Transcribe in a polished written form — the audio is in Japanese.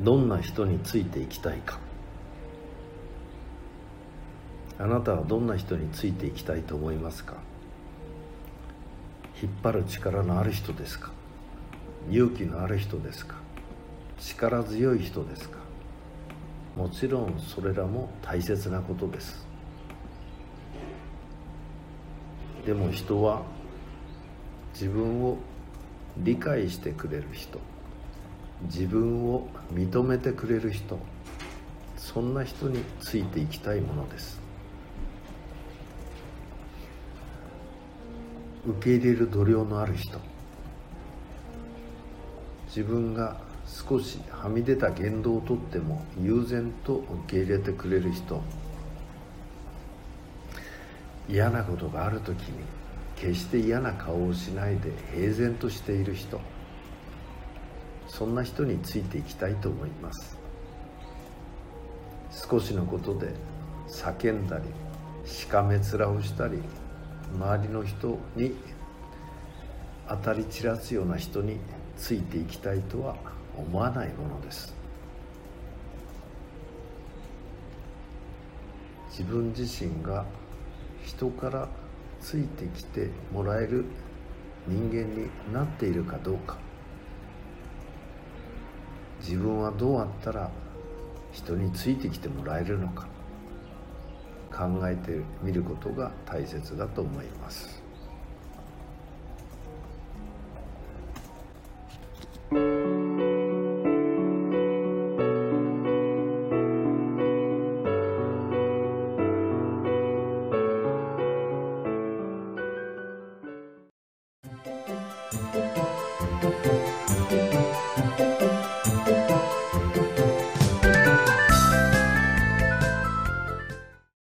どんな人についていきたいか。あなたはどんな人についていきたいと思いますか？引っ張る力のある人ですか？勇気のある人ですか？力強い人ですか？もちろんそれらも大切なことです。でも人は自分を理解してくれる人、自分を認めてくれる人、そんな人についていきたいものです。受け入れる度量のある人、自分が少しはみ出た言動をとっても悠然と受け入れてくれる人、嫌なことがあるときに決して嫌な顔をしないで平然としている人、そんな人についていきたいと思います。少しのことで叫んだりしかめ面をしたり、周りの人に当たり散らすような人についていきたいとは思わないものです。自分自身が人からついてきてもらえる人間になっているかどうか、自分はどうあったら人についてきてもらえるのか、考えてみることが大切だと思います。